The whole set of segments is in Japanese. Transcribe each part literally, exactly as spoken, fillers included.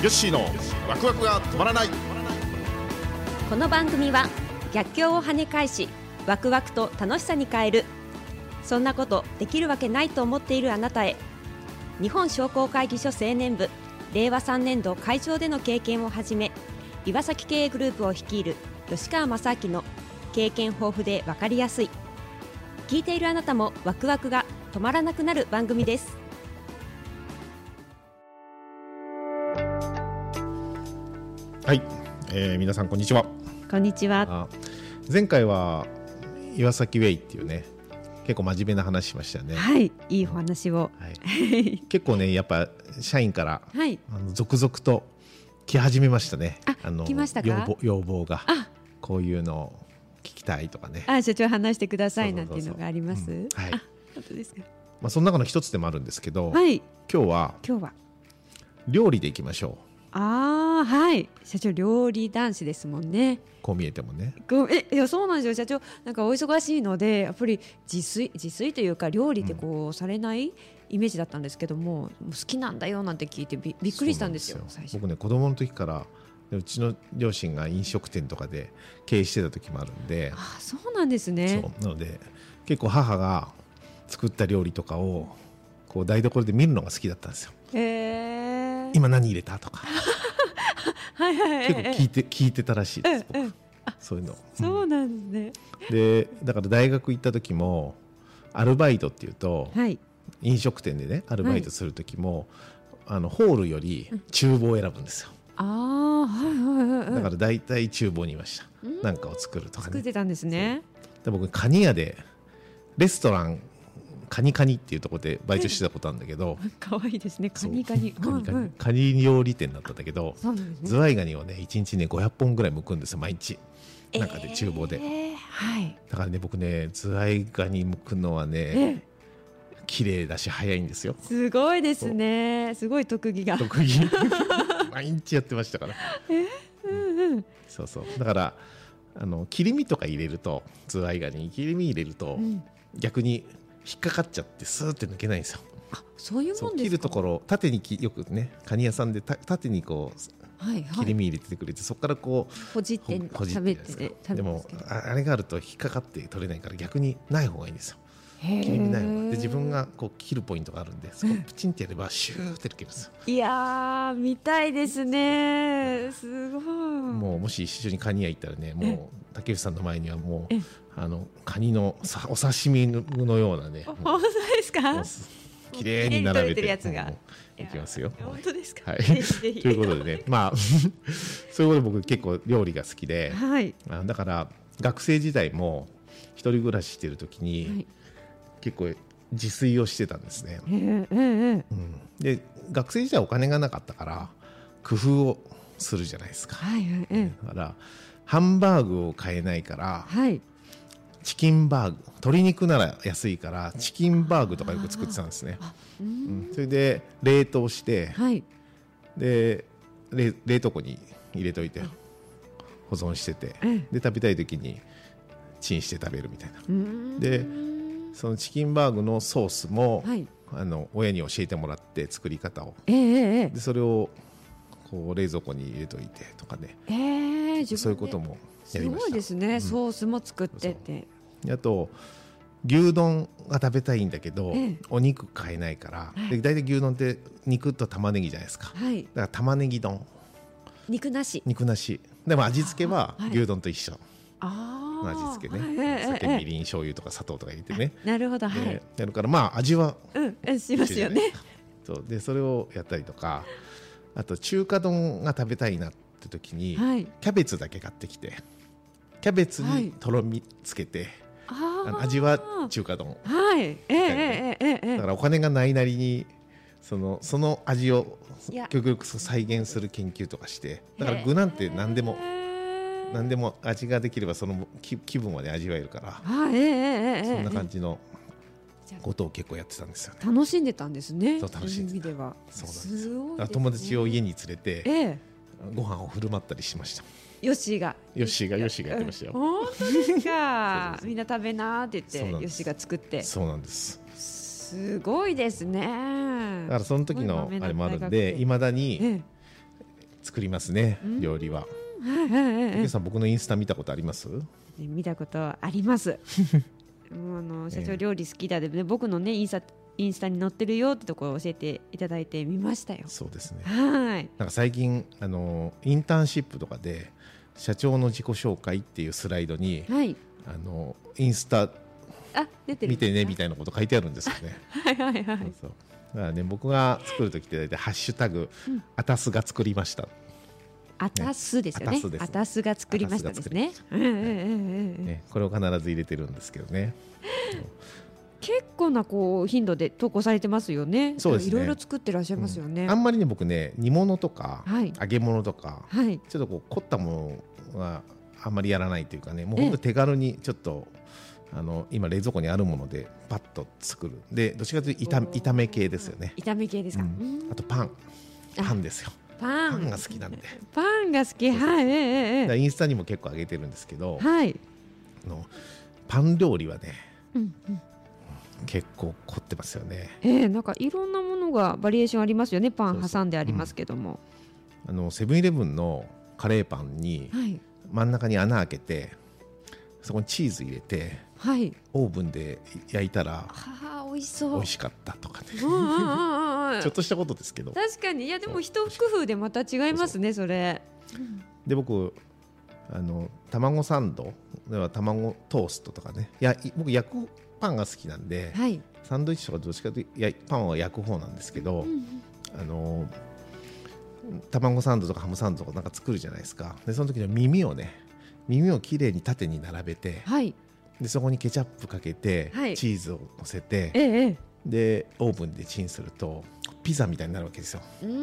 ヨッシーのワクワクが止まらない。 この番組は逆境を跳ね返しワクワクと楽しさに変える、そんなことできるわけないと思っているあなたへ、日本商工会議所青年部れいわさんねん度会長での経験をはじめ、岩崎経営グループを率いる吉川正明の経験豊富で分かりやすい、聞いているあなたもワクワクが止まらなくなる番組です。 はい、えー、皆さんこんにちは。 こんにちは。 あ前回は岩崎ウェイっていうね、結構真面目な話しましたよね。 はい、いいお話を、 はい、結構ねやっぱ社員から、 はい、 あの続々と来始めましたね。 ああの来ましたか。 要望、要望があこういうのを聞きたいとかね、 あ社長話してくださいなんていうのがあります。 そうそうそうそう、うん、はい、 あ本当ですか。 まあ、その中の一つでもあるんですけど、 はい、 今日は今日は料理でいきましょう。 あーはい社長料理男子ですもんね。 こう見えてもね。 えいやそうなんですよ社長、なんかお忙しいのでやっぱり自炊自炊というか料理ってこう、うん、されないイメージだったんですけども、好きなんだよなんて聞いて び, びっくりしたんですよ。 最初僕ね子供の時からうちの両親が飲食店とかで経営してた時もあるんで。 あそうなんですね。 そうなので結構母が作った料理とかをこう台所で見るのが好きだったんですよ。 へー今何入れたとかはいはいはい、 結構聞いて、聞いてたらしいです、 うんうん、 そういうの。 そうなんですね、 うん、でだから大学行った時もアルバイトっていうと、はい、飲食店でねアルバイトする時も、はい、あのホールより厨房を選ぶんですよ。 あー、はいはいはい、 だから大体厨房にいました。なんかを作るとかね。 作ってたんですね。 で僕カニ屋でレストランカニカニっていうところでバイトしてたことあるんだけど、 かわいいですね。カニカニカニカニカニ料理店だったんだけど、ね、ズワイガニをねいちにちねごひゃっぽんぐらい剥くんですよ毎日。なんかで厨房で、 えーはい、 だからね僕ねズワイガニ剥くのはね綺麗だし早いんですよ。 すごいですね。すごい特技が特技毎日やってましたから。 えーうんうん、 そうそうだからあの切り身とか入れるとズワイガニに切り身入れると、うん、逆に引っかかっちゃってスーって抜けないんですよ。 あそういうもんですか。 切るところ縦にきよくねカニ屋さんでた縦にこう、はいはい、切り身入れてくれてそこからこうほじって食べてね。 でもあれがあると引っかかって取れないから逆にない方がいいんですよ。切り身ない方がで自分がこう切るポイントがあるんでそこプチンってやればシューって抜けるんですよ。 いやー見たいですね。すごい。 もうもし一緒にカニ屋行ったらねもう竹内さんの前にはもうあのカニのさお刺身のようなね本当ですか。 綺麗に並べてやつがいきますよ。 本当ですか。 はい、ということでねまあそういうことで僕結構料理が好きで、はい、だから学生時代も一人暮らししてる時に、はい、結構自炊をしてたんですね。えーえーうん、で学生時代お金がなかったから工夫をするじゃないですか。はいはいえー、だからハンバーグを買えないから、はい、チキンバーグ鶏肉なら安いからチキンバーグとかよく作ってたんですね。うん、それで冷凍して、はい、で 冷, 冷凍庫に入れといて保存してて、で食べたい時にチンして食べるみたいな。でそのチキンバーグのソースも、はい、あの親に教えてもらって作り方を、えー、でそれをこう冷蔵庫に入れといてとかね、えー、そういうこともやりました。 すごいですね、うん、ソースも作ってて。 あと牛丼が食べたいんだけど、ええ、お肉買えないから、はい、で大体牛丼って肉と玉ねぎじゃないですか、はい、だから玉ねぎ丼肉なし肉なしでも味付けは牛丼と一緒、 はい、 味付けね、はい、酒みりん醤油とか砂糖とか入れてね、 なるほど、はい、 やるからまあ味は、 うん、しますよね。 そうでそれをやったりとか、あと中華丼が食べたいなって時に、はい、キャベツだけ買ってきてキャベツにとろみつけて、はい、あの味は中華丼、 はい、えーえーえー、 だからお金がないなりにその、その味を極力再現する研究とかして、だから具なんて何でも何でも味ができればその 気, 気分まで味わえるから、えー、そんな感じのことを結構やってたんですよね。 楽しんでたんですね。 そう楽しんでた。 そうなんですすごいですね。友達を家に連れて、えー、ご飯を振る舞ったりしました。 ヨッシーがヨッシーがヨッシーがやってましたよ。 本当ですか。みんな食べなって言ってヨッシーが作って。 そうなんです。 すごいですね。 だからその時のあれもあるんで、いまだに、 作りますね、料理は。皆さん僕のインスタ見たことあります？ 見たことありますもうあの社長料理好きだで、ね、僕のねインスタインスタに載ってるよってところを教えていただいてみましたよ。 そうですね。 はい。 なんか最近あのインターンシップとかで社長の自己紹介っていうスライドに、はい、あのインスタあ出てる見てねみたいなこと書いてあるんですよね。 はいはいはい。 そうそうだからね、僕が作るときって大体ハッシュタグ、うん、あたすが作りました。 あたすですよね。あたすが作りましたですね。 これを必ず入れてるんですけどね。 結構なこう頻度で投稿されてますよね。 そうですね。 いろいろ作ってらっしゃいますよね。 うん、あんまりね僕ね煮物とか、はい、揚げ物とか、はい、ちょっとこう凝ったものはあんまりやらないというかね、もう本当手軽にちょっとあの今冷蔵庫にあるものでパッと作る。でどっちかというと 炒, 炒め系ですよね。 炒め系ですか。うん、 あとパンパンですよ。パン, パンが好きなんで。 パンが好き。はい。えー、インスタにも結構上げてるんですけど、 はい、 あのパン料理はね、 うんうん、 結構凝ってますよね。 えー、なんかいろんなものがバリエーションありますよね。パン挟んでありますけども、 そうそう、うん、あのセブンイレブンのカレーパンに真ん中に穴開けて、そこにチーズ入れて、はい、オーブンで焼いたら、 はあ、美味しそう。 美味しかったとかね。うんうんうんうん、ちょっとしたことですけど。 確かに。いやでも一工夫でまた違いますね。それで僕あの卵サンドでは卵トーストとかね、いや僕焼くパンが好きなんで、はい、サンドイッチとかどっちかというとパンは焼く方なんですけど、うんうん、あの卵サンドとかハムサンドとかなんか作るじゃないですか。でその時の耳をね耳をきれいに縦に並べて、はい、でそこにケチャップかけて、はい、チーズを乗せて、ええ、でオーブンでチンするとピザみたいになるわけですよ。うん、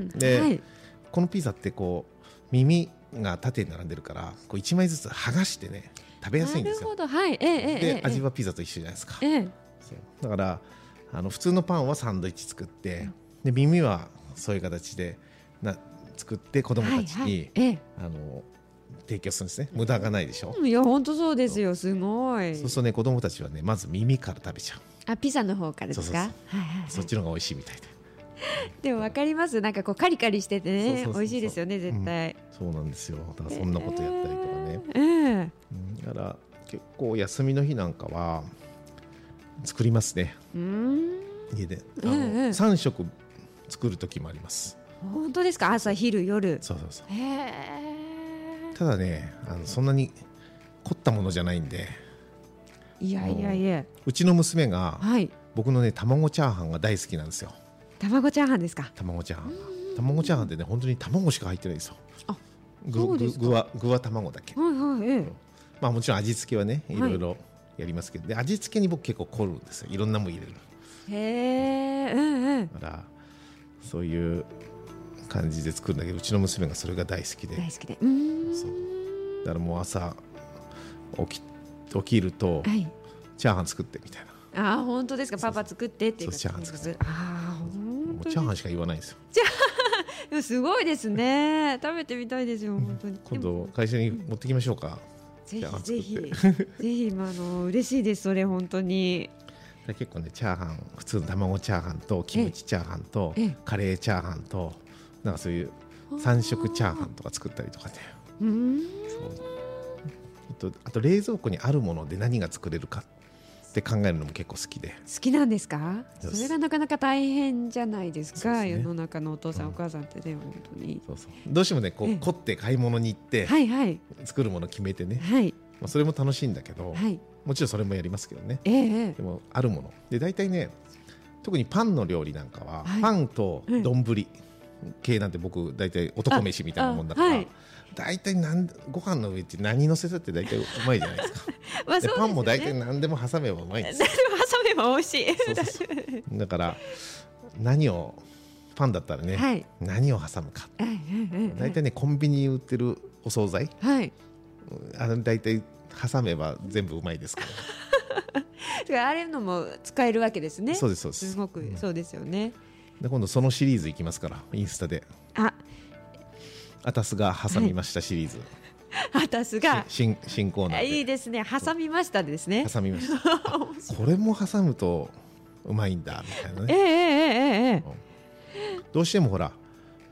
で、はい、このピザってこう耳が縦に並んでるからこういちまいずつ剥がしてね食べやすいんですよ。 なるほど、はい、ええ、 で、ええ、味はピザと一緒じゃないですか。ええ、そうだからあの普通のパンはサンドイッチ作って、うん、で耳はそういう形でな作って子供たちに、はいはい、ええ、あの提供するんですね。無駄がないでしょ。 いや本当そうですよ。すごい。 そうするとね子供たちはねまず耳から食べちゃう。 あ、ピザの方からですか。そうそうそう、はいはいはい、 そっちの方が美味しいみたいで。 でも分かります。なんかこうカリカリしててね、そうそうそうそう美味しいですよね絶対、 うん、そうなんですよ。だからそんなことやったりとかね、えーうん、だから結構休みの日なんかは作りますね。うーん家であの、えー、さん食作る時もあります。 本当ですか。朝昼夜。 そうそうそう、えー、ただねあのそんなに凝ったものじゃないんで。 いやいやいや、 うちの娘が、はい、僕のね卵チャーハンが大好きなんですよ。 卵チャーハンですか。 卵チャーハン卵チャーハンってね本当に卵しか入ってないんですよ。あ、そうですか。具は具は卵だけ、はいはい、ええ、まあ、もちろん味付けはねいろいろやりますけど、はい、で味付けに僕結構凝るんですよ。いろんなもの入れる。へえ、うんうん、だからそういう感じで作るんだけどうちの娘がそれが大好きで大好きで、うーん、 そうだからもう朝起き起きると、はい、チャーハン作ってみたいな。あ、本当ですか。パパ作ってっていうか。 チャーハン作って。あ、もうチャーハンしか言わないんですよ。 チャすごいですね。食べてみたいですよ本当に。 今度会社に持ってきましょうか。 ぜひぜひぜひ、まあ、あの嬉しいですそれ本当に。 結構ねチャーハン普通の卵チャーハンとキムチチャーハンとカレーチャーハンとなんかそういうさん食チャーハンとか作ったりとかね。うん、そうあと、あと冷蔵庫にあるもので何が作れるかって考えるのも結構好きで。 好きなんですか。それがなかなか大変じゃないですか。ね、世の中のお父さん、うん、お母さんってね本当にそうそうどうしてもねこう凝って買い物に行って、はいはい、作るもの決めてね、はい、まあ、それも楽しいんだけど、はい、もちろんそれもやりますけどね、えー、でもあるもので大体ね特にパンの料理なんかは、はい、パンと丼系なんて僕大体男飯みたいなもんだから、はい、大体なんご飯の上って何乗せたって大体うまいじゃないですか。まあそうですよね、パンも大体何でも挟めばうまいんですよ。 挟めば美味しい。 そうそうそうだから何をパンだったらね、はい、何を挟むか、大体ねコンビニに売ってるお惣菜、はい、あの大体挟めば全部うまいですから。 あれのも使えるわけですね。 そうですそうです。 すごくそうですよね。 で今度そのシリーズいきますからインスタで。ああたすが挟みましたシリーズ。 あたすが新, 新コーナーでいいですね。挟みましたですね。 挟みましたこれも挟むとうまいんだみたいなね。えーえーえーえー、どうしてもほら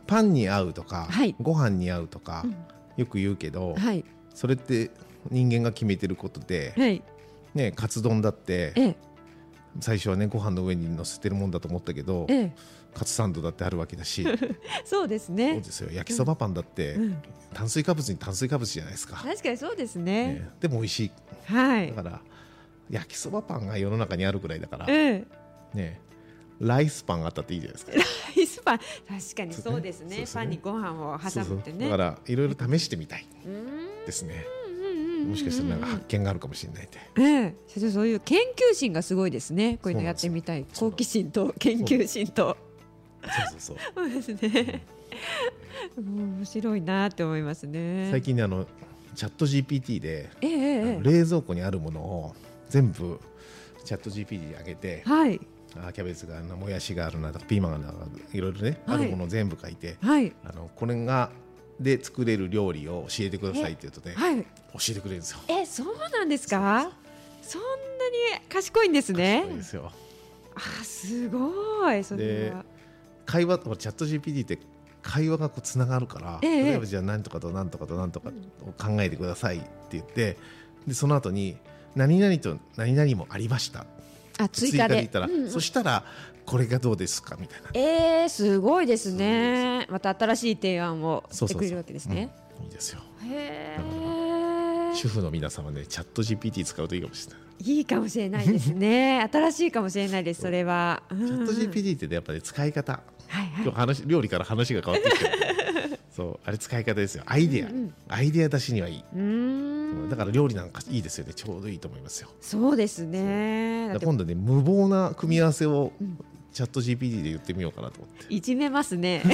パンに合うとか、 はい、 ご飯に合うとか、うん、よく言うけど、はい、それって人間が決めてることで、はいね、カツ丼だって、ええ、最初はねご飯の上に乗せてるもんだと思ったけど、ええ、カツサンドだってあるわけだしそうですね。 そうですよ。焼きそばパンだって、うん、炭水化物に炭水化物じゃないですか。 確かにそうですね。 ね、でも美味しい、はい、だから焼きそばパンが世の中にあるくらいだから、ええね、ライスパンあったっていいじゃないですか。 ライスパン確かにそうですね。そうですね。パンにご飯を挟むってね。 そうそうだからいろいろ試してみたいですね。もしかしたらなんか発見があるかもしれないで、 ええ、そういう研究心がすごいですね。こういうのやってみたい。好奇心と研究心とそうそうそうそうですね、うん、面白いなって思いますね。 最近ねあのチャット ジーピーティー で、ええ、冷蔵庫にあるものを全部チャット ジーピーティー に上げて、はい、あキャベツがあるな、もやしがあるなとかピーマンがあるな、いろいろね、はい、あるものを全部書いて、はい、あのこれがで作れる料理を教えてくださいって言うとね、はい、教えてくれるんですよ。 え、そうなんですか。そんなに賢いんですね。 賢いですよ。 あ、すごい。それはで会話、チャット ジーピーティー って会話がこうつながるから、ええ、例えばじゃあ何とかと何とかと何とかを考えてくださいって言って、でその後に何々と何々もありました、 あ追加で言ったら、うんうん、そしたらこれがどうですかみたいな。 えー、すごいですね。また新しい提案をしてくれるわけですね。 そうそうそう、うん、いいですよ。 へー、 主婦の皆様ね、チャット ジーピーティー 使うといいかもしれない。 いいかもしれないですね。新しいかもしれないです。それはチャット ジーピーティー って、ね、やっぱり、ね、使い方、はいはい、今日話料理から話が変わってきてるそうあれ使い方ですよ。アイデア、うんうん、アイデア出しにはいい。うーん、だから料理なんかいいですよね。ちょうどいいと思いますよ。 そうですね。 今度ね無謀な組み合わせを、うん、チャット ジーピーティー で言ってみようかなと思って。 いじめますね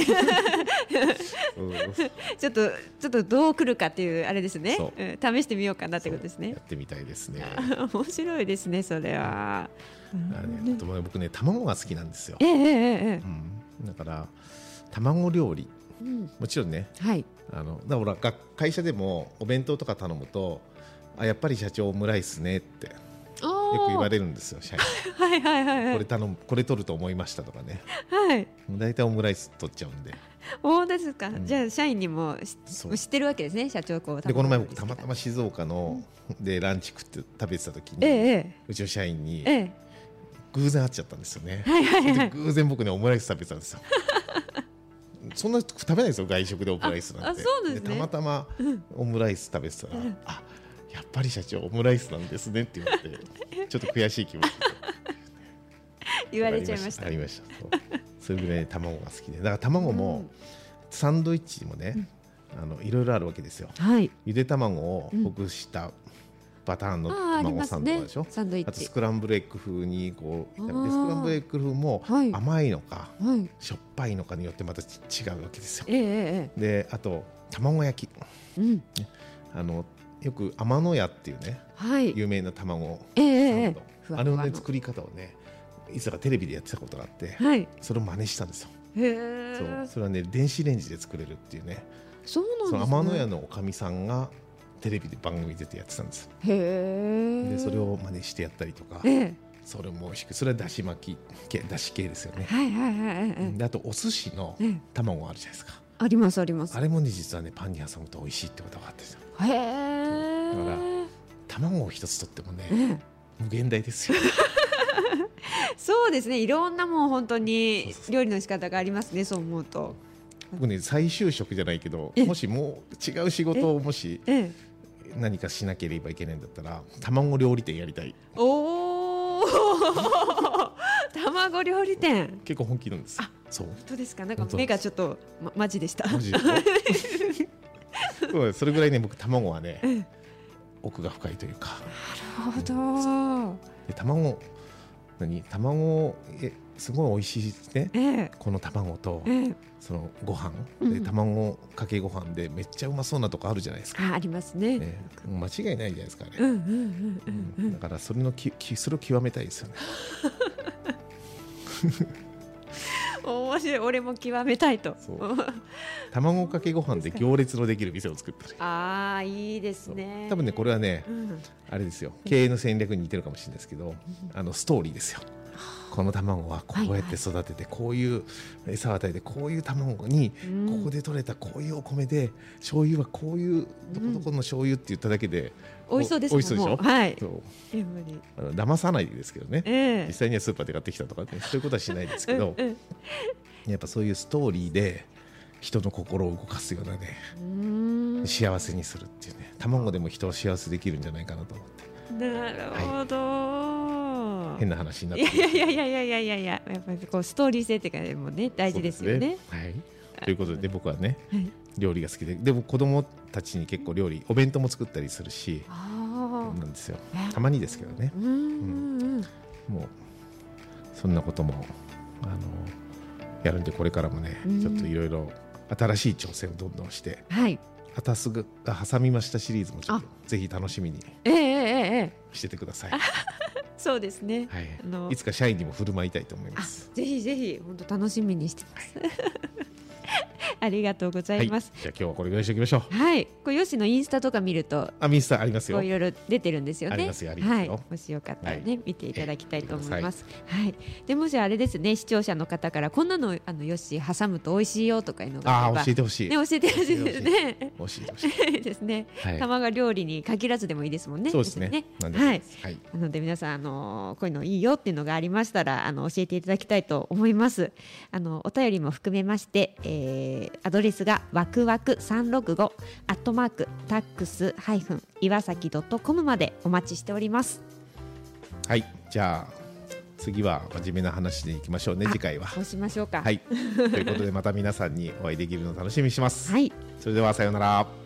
ちょっとちょっとどう来るかっていうあれですね、うん、試してみようかなってことですね。 やってみたいですね。 面白いですねそれは。 あね、と僕ね卵が好きなんですよ。 えーえーえーうん、だから卵料理、うん、もちろんね、はい、あのだから会社でもお弁当とか頼むと、あやっぱり社長オムライスねってよく言われるんですよ、社員はいはいはい、はい、 これ頼む、これ取ると思いましたとかね、 はい、 だいたいオムライス取っちゃうんで。 おですか、うん、じゃあ社員にも知ってるわけですね、社長こうでこの前僕たまたま静岡の、うん、でランチ食って食べてた時に、ええ、うちの社員に、ええ、偶然会っちゃったんですよね、はいはいはい、で偶然僕ねオムライス食べてたんですよそんな食べないですよ外食でオムライスなんて。 ああそうですね、 でたまたまオムライス食べてたら、うん、あやっぱり社長オムライスなんですねって言ってちょっと悔しい気持ち言われちゃいました。 ありました。そうそれぐらい卵が好きで、だから卵もサンドイッチもね、うん、あのいろいろあるわけですよ、はい、ゆで卵をほぐしたパターンの卵サンドでしょ、ね、サンドイッチ、あとスクランブルエッグ風にこうでスクランブルエッグ風も甘いのか、はい、しょっぱいのかによってまた違うわけですよ、えー、であと卵焼き、うん、あのよく天野屋っていうね、はい、有名な卵サンド、えー、あれの、ね、作り方をねいつかテレビでやってたことがあって、はい、それを真似したんですよ。へそうそれはね電子レンジで作れるっていうね。 そうなんですね。 その天野屋のおかみさんがテレビで番組出てやってたんです。へでそれを真似してやったりとか、それも美味しく、それはだし巻き系、だし系ですよね。はいはいはいはい。であとお寿司の卵あるじゃないですか。 ありますあります。 あれもね実はねパンに挟むと美味しいってことがあってですよ。 へえ。 だから卵を一つとってもね無限大ですよ。 そうですね、いろんなもう本当に料理の仕方がありますね、そう思うと。 僕ね再就職じゃないけど、もしもう違う仕事をもし何かしなければいけないんだったら卵料理店やりたい。おー卵料理店結構本気なんです。 あ、そう本当ですか。なんか目がちょっと、ま、マジでした。マジでそうそれぐらいね僕卵はね、奥が深いというか。 なるほど。 で卵何卵えすごい美味しいね、ええ、この卵と、ええ、そのご飯で卵かけご飯でめっちゃうまそうなとこあるじゃないですか。 あ、ありますね、 ね、間違いないじゃないですかね。だからそれのききそれを極めたいですよね。 面白い。俺も極めたいと。そう卵かけご飯で行列のできる店を作ったり。 ああいいですね。 多分ねこれはね、うん、あれですよ、経営の戦略に似てるかもしれないですけど、うん、あのストーリーですよ。 この卵はこうやって育てて、こういう餌を与えて、こういう卵にここで取れたこういうお米で、醤油はこういうどこどこの醤油って言っただけで、 美味しそうですもん。美味しそうでしょ。 はい。 そうあの騙さないですけどね、えー、実際にはスーパーで買ってきたとか、ね、そういうことはしないですけどうん、うん、やっぱそういうストーリーで人の心を動かすようなね、うーん、幸せにするっていうね、卵でも人を幸せできるんじゃないかなと思って。 なるほど、はい、 変な話になっていやいやいやいやいやいやいや、やっぱりこうストーリー性っていうかもね、大事ですよね。 はい、ということで僕はね、はい、料理が好きで、でも子供たちに結構料理お弁当も作ったりするし、あなんですよ、たまにですけどね、うん、うん、もうそんなこともあのやるんで、これからもね、ちょっといろいろ新しい挑戦をどんどんして、はい、あたすぐが挟みましたシリーズもちょっとぜひ楽しみにしててください。えーえーえー、 そうですね、 はい、あのいつか社員にも振る舞いたいと思います。 ぜひぜひ本当楽しみにしてます、はい、ありがとうございます、 はい、じゃあ今日はこれぐらいしておきましょう。 はい、これヨシのインスタとか見ると、 あ、インスタありますよ、 いろいろ出てるんですよね。 ありますよ、ありますよ、 はい、もしよかったらね、はい、見ていただきたいと思います。 はい、でもしあれですね、視聴者の方からこんなのあのヨシ挟むと美味しいよとかいうのがあれば、 あ教えてほしい、 ね、教えてほしいですね。 教えてほしいですね、はい、卵料理に限らずでもいいですもんね。 そうですね、 ね、はい、はい、なので皆さんあのこういうのいいよっていうのがありましたらあの教えていただきたいと思います。あのお便りも含めまして、えー、アドレスがワクワクさんろくごアットマークタックスハイフン岩崎ドットコムまでお待ちしております。 はい、じゃあ次は真面目な話でいきましょうね。次回はそうしましょうか。 はい、ということでまた皆さんにお会いできるのを楽しみにします。 はい、 それではさようなら。